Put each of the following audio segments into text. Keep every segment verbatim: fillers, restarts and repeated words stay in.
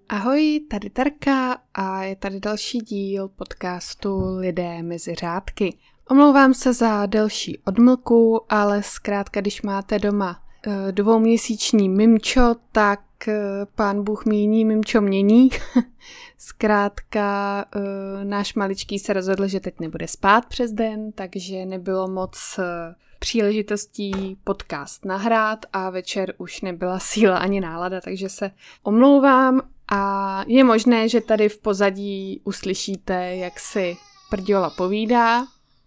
Ahoj, tady Terka a je tady další díl podcastu Lidé mezi řádky. Omlouvám se za delší odmlku, ale zkrátka, když máte doma dvouměsíční mimčo, tak pán Bůh mění, mimčo mění. Zkrátka náš maličký se rozhodl, že teď nebude spát přes den, takže nebylo moc příležitostí podcast nahrát a večer už nebyla síla ani nálada, takže se omlouvám a je možné, že tady v pozadí uslyšíte, jak si prděla povídá,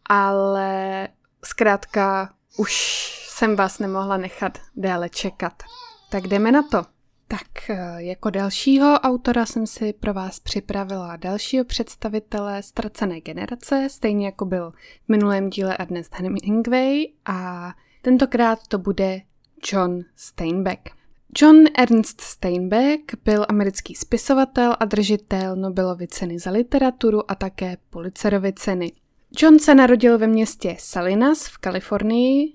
ale zkrátka už jsem vás nemohla nechat déle čekat. Tak jdeme na to. Tak jako dalšího autora jsem si pro vás připravila dalšího představitele ztracené generace, stejně jako byl v minulém díle Ernest Hemingway, a tentokrát to bude John Steinbeck. John Ernst Steinbeck byl americký spisovatel a držitel Nobelovy ceny za literaturu a také Pulitzerovy ceny. John se narodil ve městě Salinas v Kalifornii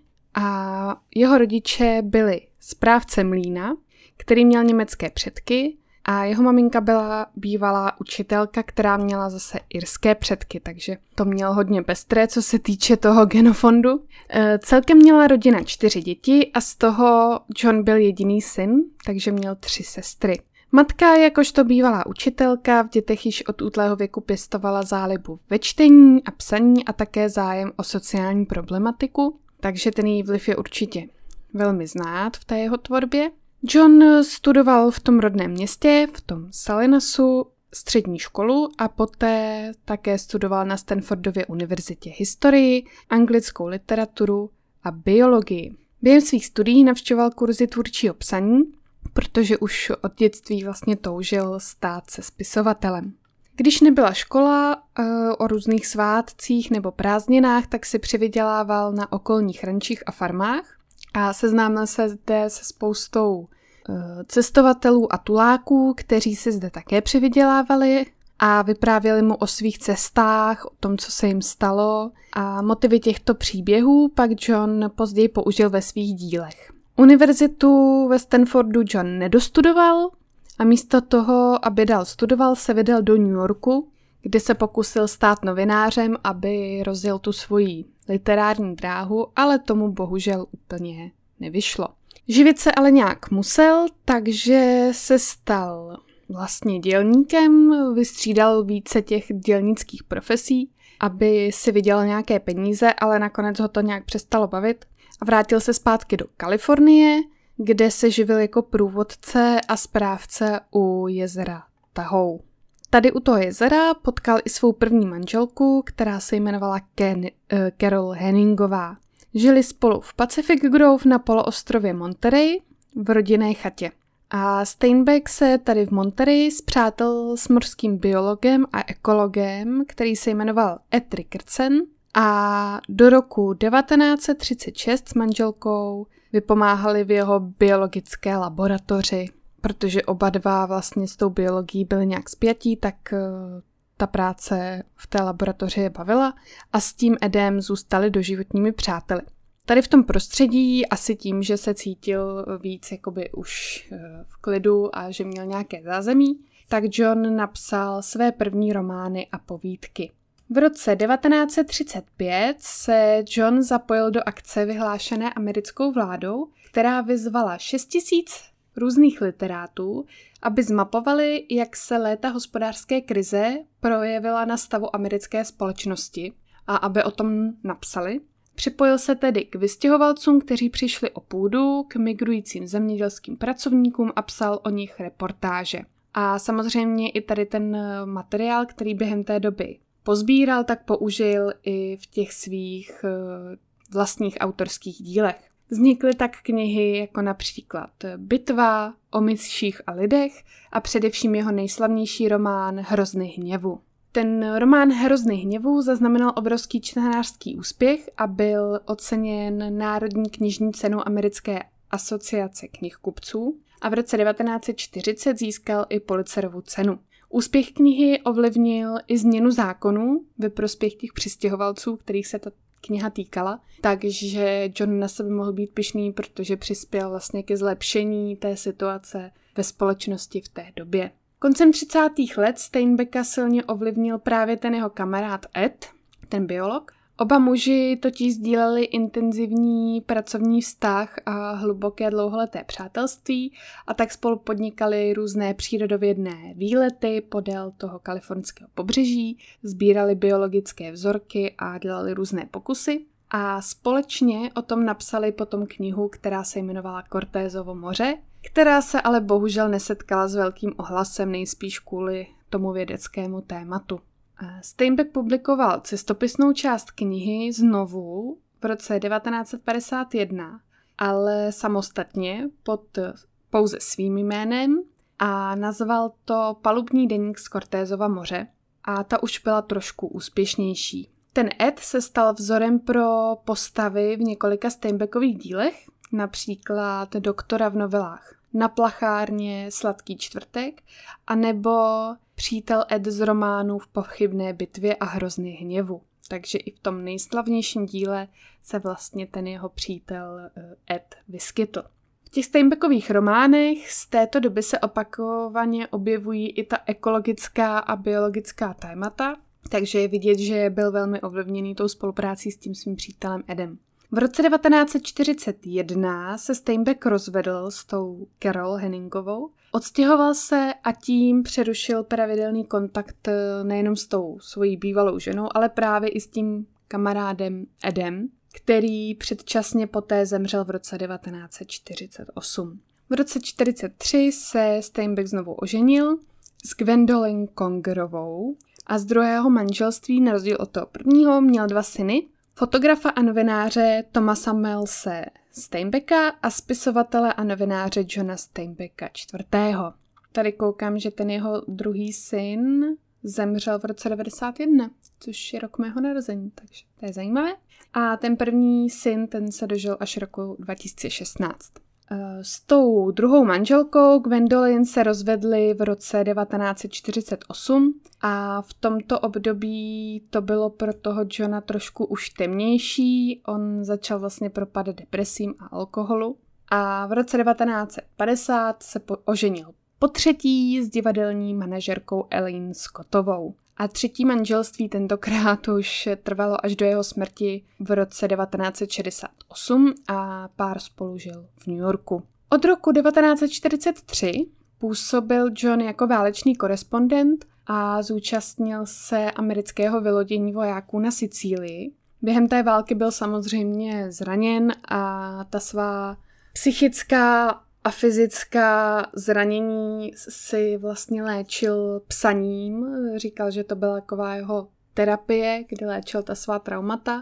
a jeho rodiče byli správce mlýna, který měl německé předky, a jeho maminka byla bývalá učitelka, která měla zase irské předky, takže to měl hodně pestré, co se týče toho genofondu. E, celkem měla rodina čtyři děti a z toho John byl jediný syn, takže měl tři sestry. Matka, jakožto bývalá učitelka, v dětech již od útlého věku pěstovala zálibu ve čtení a psaní a také zájem o sociální problematiku, takže ten její vliv je určitě velmi znát v té jeho tvorbě. John studoval v tom rodném městě, v tom Salinasu, střední školu a poté také studoval na Stanfordově univerzitě historii, anglickou literaturu a biologii. Během svých studií navštěvoval kurzy tvůrčího psaní, protože už od dětství vlastně toužil stát se spisovatelem. Když nebyla škola o různých svátcích nebo prázdninách, tak si přivydělával na okolních rančích a farmách a seznámil se zde se spoustou cestovatelů a tuláků, kteří si zde také přivydělávali a vyprávěli mu o svých cestách, o tom, co se jim stalo, a motivy těchto příběhů pak John později použil ve svých dílech. Univerzitu ve Stanfordu John nedostudoval a místo toho, aby dál studoval, se vydal do New Yorku, kde se pokusil stát novinářem, aby rozjel tu svoji literární dráhu, ale tomu bohužel úplně nevyšlo. Živit se ale nějak musel, takže se stal vlastně dělníkem, vystřídal více těch dělnických profesí, aby si vydělal nějaké peníze, ale nakonec ho to nějak přestalo bavit a vrátil se zpátky do Kalifornie, kde se živil jako průvodce a správce u jezera Tahoe. Tady u toho jezera potkal i svou první manželku, která se jmenovala Ken, uh, Carol Henningová. Žili spolu v Pacific Grove na poloostrově Monterey v rodinné chatě. A Steinbeck se tady v Monterey spřátel s mořským biologem a ekologem, který se jmenoval Ed Rickerson, a do roku devatenáct set třicet šest s manželkou vypomáhali v jeho biologické laboratoři. Protože oba dva vlastně s tou biologií byli nějak spjatí, tak ta práce v té laboratoři je bavila a s tím Edem zůstali doživotními přáteli. Tady v tom prostředí, asi tím, že se cítil víc jakoby už v klidu a že měl nějaké zázemí, tak John napsal své první romány a povídky. V roce devatenáct set třicet pět se John zapojil do akce vyhlášené americkou vládou, která vyzvala šest tisíc různých literátů, aby zmapovali, jak se léta hospodářské krize projevila na stavu americké společnosti a aby o tom napsali. Připojil se tedy k vystěhovalcům, kteří přišli o půdu, k migrujícím zemědělským pracovníkům a psal o nich reportáže. A samozřejmě i tady ten materiál, který během té doby pozbíral, tak použil i v těch svých vlastních autorských dílech. Vznikly tak knihy jako například Bitva, O myších a lidech a především jeho nejslavnější román Hrozny hněvu. Ten román Hrozny hněvu zaznamenal obrovský čtenářský úspěch a byl oceněn Národní knižní cenou Americké asociace knihkupců a v roce devatenáct set čtyřicet získal i Pulitzerovu cenu. Úspěch knihy ovlivnil i změnu zákonů ve prospěch těch přistěhovalců, kterých se ta kniha týkala, takže John na sebe mohl být pyšný, protože přispěl vlastně ke zlepšení té situace ve společnosti v té době. Koncem třicátých let Steinbecka silně ovlivnil právě ten jeho kamarád Ed, ten biolog. Oba muži totiž sdíleli intenzivní pracovní vztah a hluboké dlouholeté přátelství a tak spolu podnikali různé přírodovědné výlety podél toho kalifornského pobřeží, sbírali biologické vzorky a dělali různé pokusy. A společně o tom napsali potom knihu, která se jmenovala Cortézovo moře, která se ale bohužel nesetkala s velkým ohlasem, nejspíš kvůli tomu vědeckému tématu. Steinbeck publikoval cestopisnou část knihy znovu v roce devatenáct set padesát jedna, ale samostatně pod pouze svým jménem a nazval to Palubní deník z Cortézova moře a ta už byla trošku úspěšnější. Ten Ed se stal vzorem pro postavy v několika Steinbeckových dílech, například doktora v novelách Na plachárně, Sladký čtvrtek, anebo přítel Ed z románu V pochybné bitvě a hrozný hněvu. Takže i v tom nejslavnějším díle se vlastně ten jeho přítel Ed vyskytl. V těch Steinbeckových románech z této doby se opakovaně objevují i ta ekologická a biologická témata, takže je vidět, že byl velmi ovlivněný tou spoluprácí s tím svým přítelem Edem. V roce devatenáct set čtyřicet jedna se Steinbeck rozvedl s tou Carol Henningovou, odstěhoval se a tím přerušil pravidelný kontakt nejenom s tou svojí bývalou ženou, ale právě i s tím kamarádem Edem, který předčasně poté zemřel v roce devatenáct set čtyřicet osm. V roce čtyřicet tři se Steinbeck znovu oženil s Gwendolyn Congerovou a z druhého manželství, na rozdíl od toho prvního, měl dva syny, fotografa a novináře Thomase Milese Steinbecka a spisovatele a novináře Johna Steinbecka čtvrtého. Tady koukám, že ten jeho druhý syn zemřel v roce devadesát jedna, což je rok mého narození, takže to je zajímavé. A ten první syn, ten se dožil až roku dva tisíce šestnáct. S tou druhou manželkou Gwendolyn se rozvedli v roce devatenáct set čtyřicet osm a v tomto období to bylo pro toho Johna trošku už temnější. On začal vlastně propadat depresím a alkoholu a v roce devatenáct set padesát se oženil po třetí s divadelní manažerkou Elaine Scottovou. A třetí manželství tentokrát už trvalo až do jeho smrti v roce devatenáct set šedesát osm a pár spolu žil v New Yorku. Od roku devatenáct set čtyřicet tři působil John jako válečný korespondent a zúčastnil se amerického vylodění vojáků na Sicílii. Během té války byl samozřejmě zraněn a ta svá psychická a fyzická zranění si vlastně léčil psaním. Říkal, že to byla taková jeho terapie, kdy léčil ta svá traumata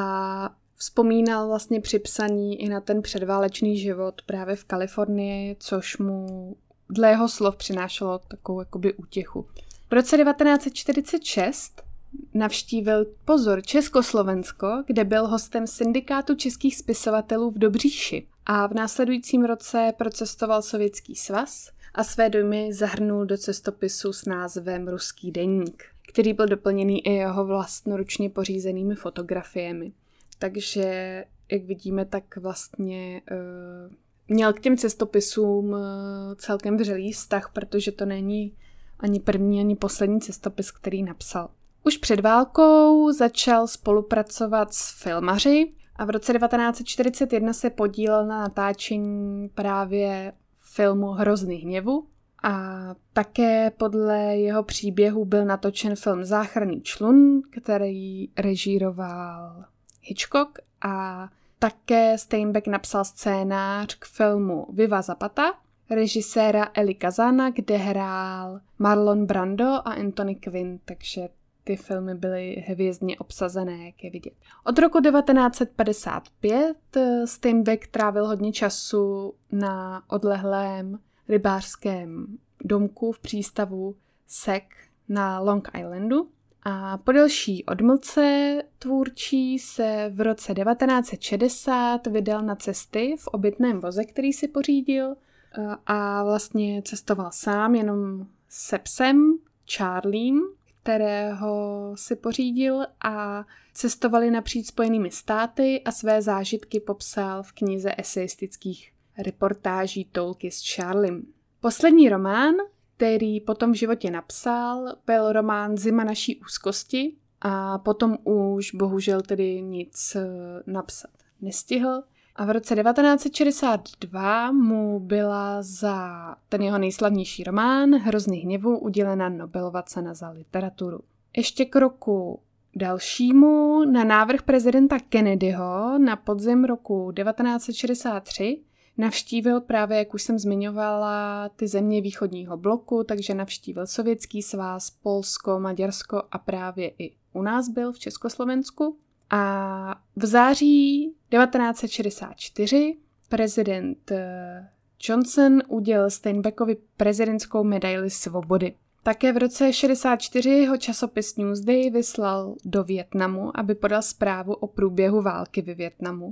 a vzpomínal vlastně při psaní i na ten předválečný život právě v Kalifornii, což mu dle jeho slov přinášelo takovou jakoby útěchu. V roce devatenáct set čtyřicet šest navštívil, pozor, Československo, kde byl hostem syndikátu českých spisovatelů v Dobříši. A v následujícím roce procestoval Sovětský svaz a své dojmy zahrnul do cestopisu s názvem Ruský deník, který byl doplněný i jeho vlastnoručně pořízenými fotografiemi. Takže, jak vidíme, tak vlastně uh, měl k těm cestopisům uh, celkem vřelý vztah, protože to není ani první, ani poslední cestopis, který napsal. Už před válkou začal spolupracovat s filmaři a v roce devatenáct set čtyřicet jedna se podílel na natáčení právě filmu Hrozný hněvu a také podle jeho příběhu byl natočen film Záchranný člun, který režíroval Hitchcock a také Steinbeck napsal scénář k filmu Viva Zapata režiséra Eli Kazana, kde hrál Marlon Brando a Anthony Quinn, takže ty filmy byly hvězdně obsazené, jak je vidět. Od roku devatenáct set padesát pět Steinbeck trávil hodně času na odlehlém rybářském domku v přístavu Sac na Long Islandu a po delší odmlce tvůrčí se v roce devatenáct set šedesát vydal na cesty v obytném voze, který si pořídil a vlastně cestoval sám jenom se psem Charliem, kterého si pořídil a cestovali napříč Spojenými státy a své zážitky popsal v knize esejistických reportáží Toulky s Charliem. Poslední román, který potom v životě napsal, byl román Zima naší úzkosti a potom už bohužel tedy nic napsat nestihl. A v roce devatenáct set šedesát dva mu byla za ten jeho nejslavnější román Hrozny hněvu udělena Nobelova cena za literaturu. Ještě k roku dalšímu na návrh prezidenta Kennedyho na podzim roku devatenáct set šedesát tři navštívil právě, jak už jsem zmiňovala, ty země východního bloku, takže navštívil Sovětský svaz, Polsko, Maďarsko a právě i u nás byl v Československu. A v září devatenáct set šedesát čtyři prezident Johnson udělil Steinbeckovi prezidentskou medaili svobody. Také v roce šedesát čtyři ho časopis Newsday vyslal do Vietnamu, aby podal zprávu o průběhu války ve Vietnamu.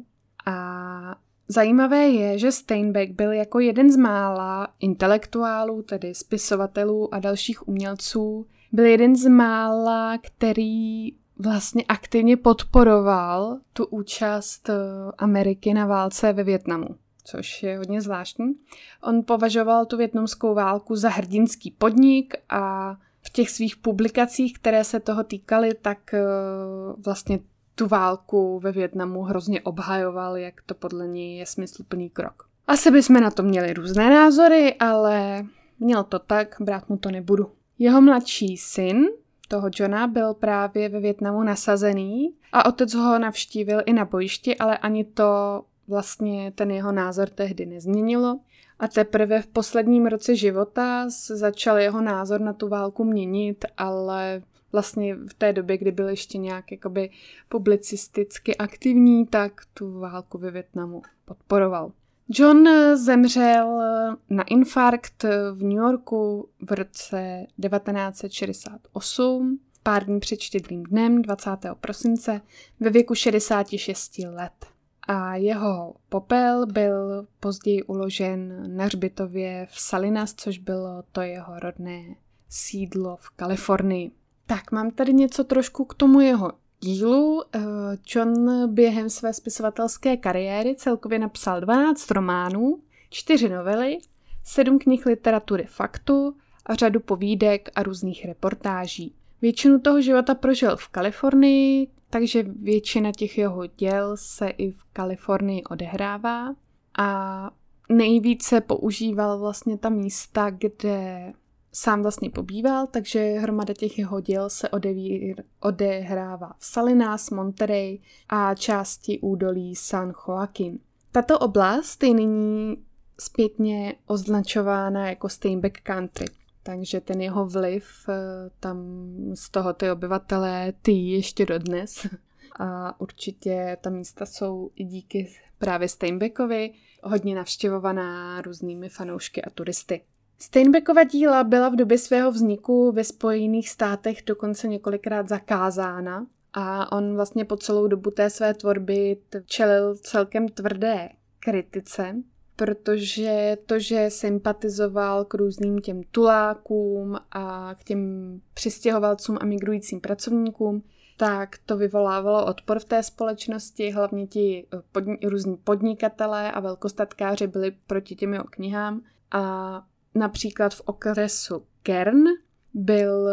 A zajímavé je, že Steinbeck byl jako jeden z mála intelektuálů, tedy spisovatelů a dalších umělců, byl jeden z mála, který vlastně aktivně podporoval tu účast Ameriky na válce ve Vietnamu, což je hodně zvláštní. On považoval tu vietnamskou válku za hrdinský podnik a v těch svých publikacích, které se toho týkaly, tak vlastně tu válku ve Vietnamu hrozně obhajoval, jak to podle něj je smysluplný krok. Asi bychom na to měli různé názory, ale měl to tak, brát mu to nebudu. Jeho mladší syn, toho Johna, byl právě ve Vietnamu nasazený a otec ho navštívil i na bojišti, ale ani to vlastně ten jeho názor tehdy nezměnilo. A teprve v posledním roce života se začal jeho názor na tu válku měnit, ale vlastně v té době, kdy byl ještě nějak jakoby publicisticky aktivní, tak tu válku ve Vietnamu podporoval. John zemřel na infarkt v New Yorku v roce devatenáct set šedesát osm, pár dní před Štědrým dnem, dvacátého prosince, ve věku šedesát šest let. A jeho popel byl později uložen na hřbitově v Salinas, což bylo to jeho rodné sídlo v Kalifornii. Tak, mám tady něco trošku k tomu jeho dílu. John během své spisovatelské kariéry celkově napsal dvanáct románů, čtyři novely, sedm knih literatury faktu a řadu povídek a různých reportáží. Většinu toho života prožil v Kalifornii, takže většina těch jeho děl se i v Kalifornii odehrává a nejvíce používal vlastně ta místa, kde sám vlastně pobýval, takže hromada těch jeho děl se odevír, odehrává v Salinas, Monterey a části údolí San Joaquin. Tato oblast je nyní zpětně označována jako Steinbeck Country, takže ten jeho vliv tam z toho ty obyvatelé tyjí ještě dodnes. A určitě ta místa jsou i díky právě Steinbeckovi hodně navštěvovaná různými fanoušky a turisty. Steinbeckova díla byla v době svého vzniku ve Spojených státech dokonce několikrát zakázána a on vlastně po celou dobu té své tvorby čelil celkem tvrdé kritice, protože to, že sympatizoval k různým těm tulákům a k těm přistěhovalcům a migrujícím pracovníkům, tak to vyvolávalo odpor v té společnosti, hlavně ti podni- různí podnikatelé a velkostatkáři byli proti těm jeho knihám a například v okresu Kern byl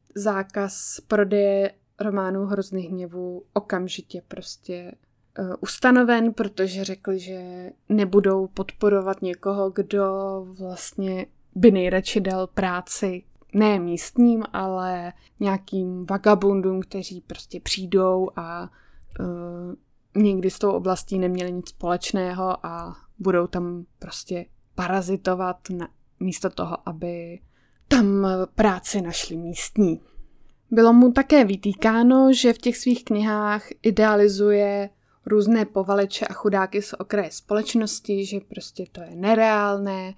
zákaz prodeje románů Hrozných hněvů okamžitě prostě uh, ustanoven, protože řekli, že nebudou podporovat někoho, kdo vlastně by nejradši dal práci ne místním, ale nějakým vagabundům, kteří prostě přijdou a uh, nikdy s tou oblastí neměli nic společného a budou tam prostě parazitovat na místo toho, aby tam práci našli místní. Bylo mu také vytýkáno, že v těch svých knihách idealizuje různé povaleče a chudáky z okraje společnosti, že prostě to je nereálné,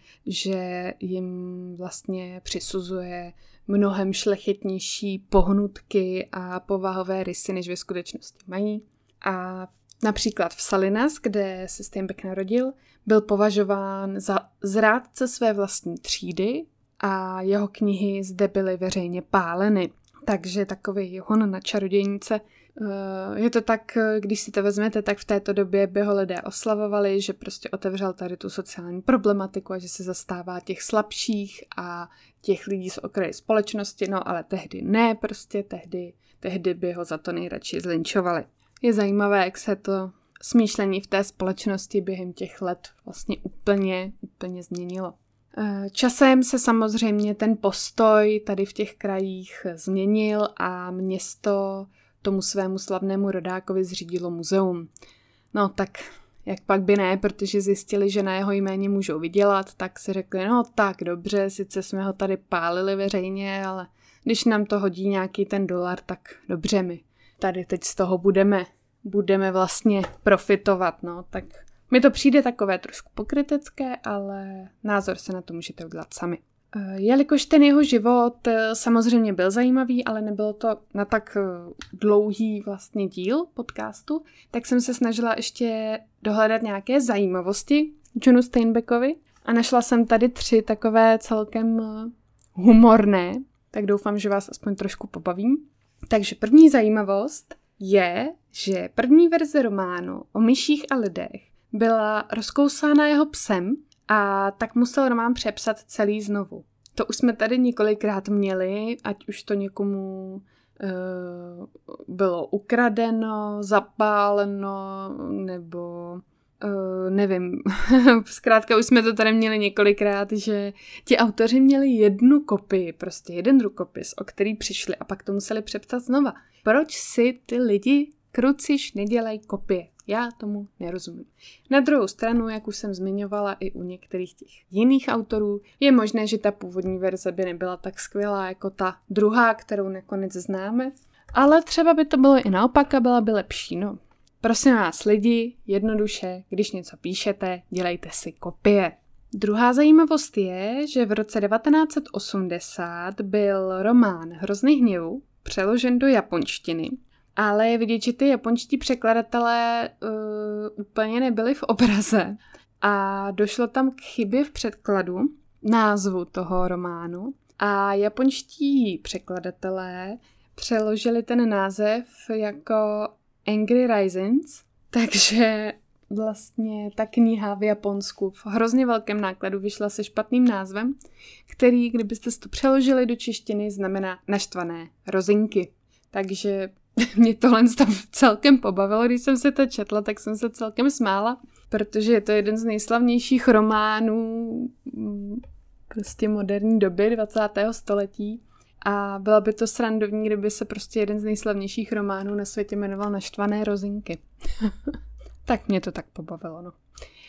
že jim vlastně přisuzuje mnohem šlechetnější pohnutky a povahové rysy, než ve skutečnosti mají. A například v Salinas, kde se Steinbeck narodil, byl považován za zrádce své vlastní třídy a jeho knihy zde byly veřejně páleny. Takže takový hon na čarodějnice Je to tak, když si to vezmete, tak v této době by ho lidé oslavovali, že prostě otevřel tady tu sociální problematiku a že se zastává těch slabších a těch lidí z okraje společnosti, no ale tehdy ne, prostě tehdy, tehdy by ho za to nejradši zlinčovali. Je zajímavé, jak se to smýšlení v té společnosti během těch let vlastně úplně, úplně změnilo. Časem se samozřejmě ten postoj tady v těch krajích změnil a město tomu svému slavnému rodákovi zřídilo muzeum. No tak, jak pak by ne, protože zjistili, že na jeho jméně můžou vydělat, tak si řekli, no tak dobře, sice jsme ho tady pálili veřejně, ale když nám to hodí nějaký ten dolar, tak dobře, my tady teď z toho budeme, budeme vlastně profitovat, no tak mi to přijde takové trošku pokrytecké, ale názor se na to můžete udělat sami. Jelikož ten jeho život samozřejmě byl zajímavý, ale nebylo to na tak dlouhý vlastně díl podcastu, tak jsem se snažila ještě dohledat nějaké zajímavosti Johnu Steinbeckovi a našla jsem tady tři takové celkem humorné, tak doufám, že vás aspoň trošku pobavím. Takže první zajímavost je, že první verze románu o myších a lidech byla rozkousána jeho psem a tak musel román přepsat celý znovu. To už jsme tady několikrát měli, ať už to někomu uh, bylo ukradeno, zapáleno, nebo uh, nevím. Zkrátka už jsme to tady měli několikrát, že ti autoři měli jednu kopii, prostě jeden rukopis, o který přišli a pak to museli přepsat znova. Proč si ty lidi kruciš nedělají kopie? Já tomu nerozumím. Na druhou stranu, jak už jsem zmiňovala i u některých těch jiných autorů, je možné, že ta původní verze by nebyla tak skvělá jako ta druhá, kterou nakonec známe, ale třeba by to bylo i naopak a byla by lepší, no. Prosím vás lidi, jednoduše, když něco píšete, dělejte si kopie. Druhá zajímavost je, že v roce devatenáct set osmdesát byl román Hrozných hněvů přeložen do japonštiny, ale je vidět, že ty japonští překladatelé uh, úplně nebyli v obraze a došlo tam k chybě v překladu názvu toho románu a japonští překladatelé přeložili ten název jako Angry Risings, takže vlastně ta kniha v Japonsku v hrozně velkém nákladu vyšla se špatným názvem, který, kdybyste to přeložili do češtiny, znamená naštvané rozinky. Takže mě tohle celkem pobavilo, když jsem se to četla, tak jsem se celkem smála, protože je to jeden z nejslavnějších románů prostě moderní doby dvacátého století a byla by to srandovní, kdyby se prostě jeden z nejslavnějších románů na světě jmenoval Naštvané rozinky. Tak mě to tak pobavilo, no.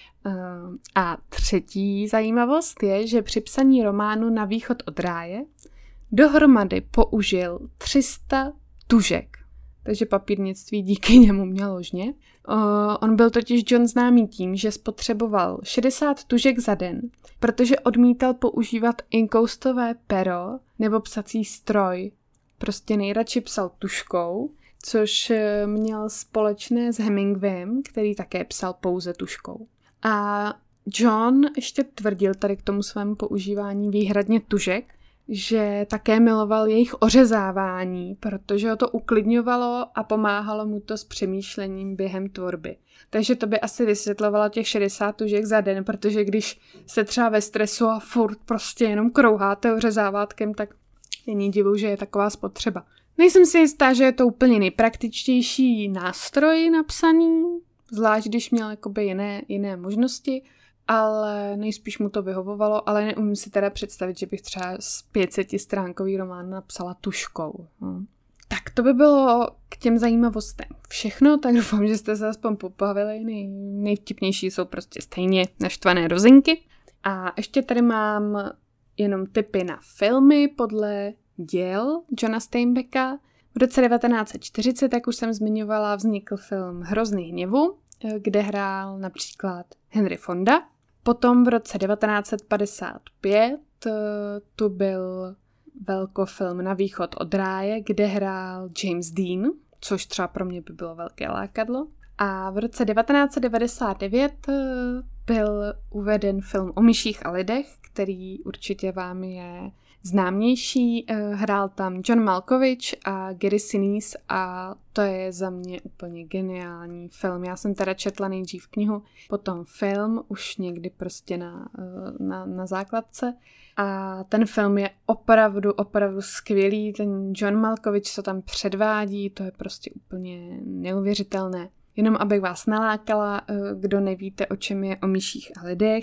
A třetí zajímavost je, že při psaní románu Na východ od ráje dohromady použil tři sta tužek. Takže papírnictví díky němu měl ložně. Uh, on byl totiž John známý tím, že spotřeboval šedesát tužek za den, protože odmítal používat inkoustové pero nebo psací stroj. Prostě nejradši psal tužkou, což měl společné s Hemingwayem, který také psal pouze tužkou. A John ještě tvrdil tady k tomu svému používání výhradně tužek, že také miloval jejich ořezávání, protože ho to uklidňovalo a pomáhalo mu to s přemýšlením během tvorby. Takže to by asi vysvětlovalo těch šedesát tužek za den, protože když se třeba ve stresu a furt prostě jenom krouháte ořezávátkem, tak není divu, že je taková spotřeba. Nejsem si jistá, že je to úplně nejpraktičtější nástroj na psaní, zvlášť když měl jakoby jiné, jiné možnosti, ale nejspíš mu to vyhovovalo, ale neumím si teda představit, že bych třeba z pětsetstránkový román napsala tužkou. No. Tak to by bylo k těm zajímavostem všechno, tak doufám, že jste se aspoň pobavili. Nej, nejvtipnější jsou prostě stejně Naštvané rozinky. A ještě tady mám jenom tipy na filmy podle děl Johna Steinbecka. V roce devatenáct set čtyřicet, jak už jsem zmiňovala, vznikl film Hrozných hněvů, kde hrál například Henry Fonda. Potom v roce devatenáct set padesát pět tu byl velkofilm Na východ od ráje, kde hrál James Dean, což třeba pro mě by bylo velké lákadlo. A v roce devatenáct set devadesát devět byl uveden film o myších a lidech, který určitě vám je známější. Hrál tam John Malkovich a Gary Sinise a to je za mě úplně geniální film. Já jsem teda četla nejdřív knihu, potom film, už někdy prostě na, na, na základce. A ten film je opravdu, opravdu skvělý. Ten John Malkovich, co tam předvádí, to je prostě úplně neuvěřitelné. Jenom abych vás nalákala, kdo nevíte, o čem je O myších a lidech.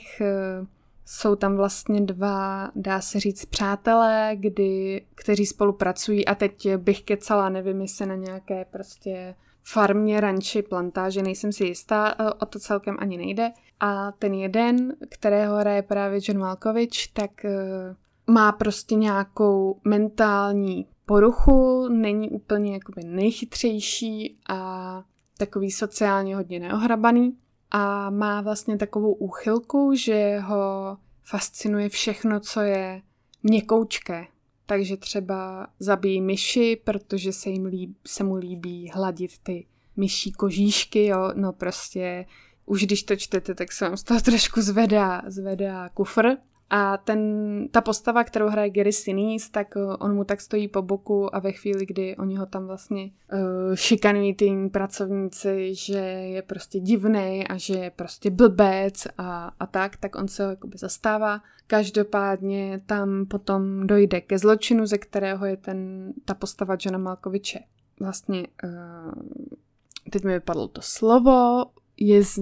Jsou tam vlastně dva, dá se říct, přátelé, kdy, kteří spolupracují a teď bych kecala, nevím, jestli na nějaké prostě farmě, ranči, plantáži, nejsem si jistá, o to celkem ani nejde. A ten jeden, kterého hraje právě John Malkovich, tak má prostě nějakou mentální poruchu, není úplně jakoby nejchytřejší a takový sociálně hodně neohrabaný a má vlastně takovou úchylku, že ho fascinuje všechno, co je měkoučké. Takže třeba zabíjí myši, protože se, jim líbí, se mu líbí hladit ty myší kožíšky, jo, no prostě už když to čtete, tak se vám z toho trošku zvedá, zvedá kufr. A ten, ta postava, kterou hraje Gary Sinise, tak on mu tak stojí po boku a ve chvíli, kdy oni ho tam vlastně uh, šikanují ty pracovníci, že je prostě divnej a že je prostě blbec a, a tak, tak on se ho jakoby zastává. Každopádně tam potom dojde ke zločinu, ze kterého je ten, ta postava Johna Malkoviche vlastně, uh, teď mi vypadlo to slovo, je z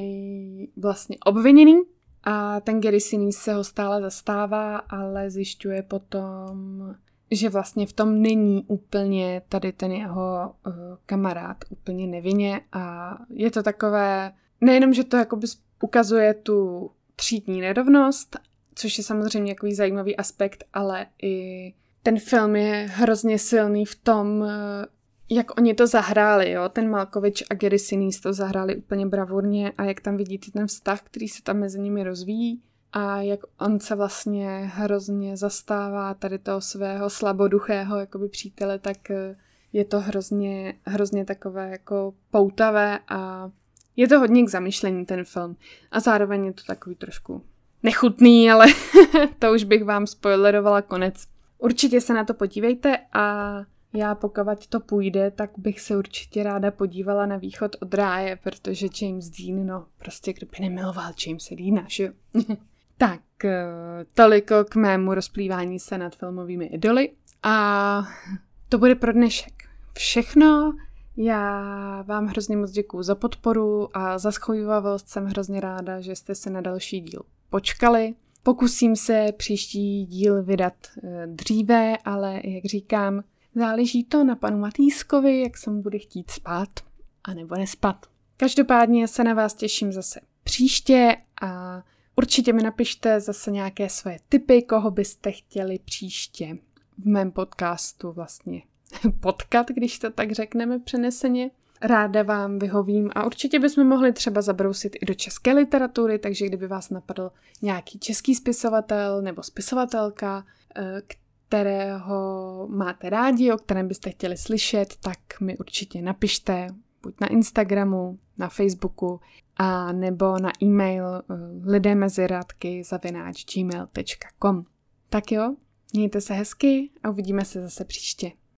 něj vlastně obviněný. A ten Gary Sinise se ho stále zastává, ale zjišťuje potom, že vlastně v tom není úplně tady ten jeho uh, kamarád úplně nevinně a je to takové, nejenom, že to jakoby ukazuje tu třídní nerovnost, což je samozřejmě takový zajímavý aspekt, ale i ten film je hrozně silný v tom, uh, jak oni to zahráli, jo, ten Malkovich a Gary Sinise to zahráli úplně bravurně a jak tam vidíte ten vztah, který se tam mezi nimi rozvíjí a jak on se vlastně hrozně zastává tady toho svého slaboduchého jakoby přítele, tak je to hrozně, hrozně takové jako poutavé a je to hodně k zamyšlení ten film a zároveň je to takový trošku nechutný, ale to už bych vám spoilerovala konec. Určitě se na to podívejte a já pokud to půjde, tak bych se určitě ráda podívala na Východ od ráje, protože James Dean, no prostě kdo by nemiloval Jamese Deana, že jo? Tak, toliko k mému rozplývání se nad filmovými idoly a to bude pro dnešek všechno. Já vám hrozně moc děkuju za podporu a za schovívavost, jsem hrozně ráda, že jste se na další díl počkali. Pokusím se příští díl vydat dříve, ale jak říkám, záleží to na panu Matýskovi, jak se mu bude chtít spát, anebo nespat. Každopádně se na vás těším zase příště a určitě mi napište zase nějaké své tipy, koho byste chtěli příště v mém podcastu vlastně potkat, když to tak řekneme přeneseně. Ráda vám vyhovím a určitě bychom mohli třeba zabrousit i do české literatury, takže kdyby vás napadl nějaký český spisovatel nebo spisovatelka, kterého máte rádi, o kterém byste chtěli slyšet, tak mi určitě napište, buď na Instagramu, na Facebooku, a nebo na e-mail lidemezirádky zavináč gmail tečka com. Tak jo, mějte se hezky a uvidíme se zase příště.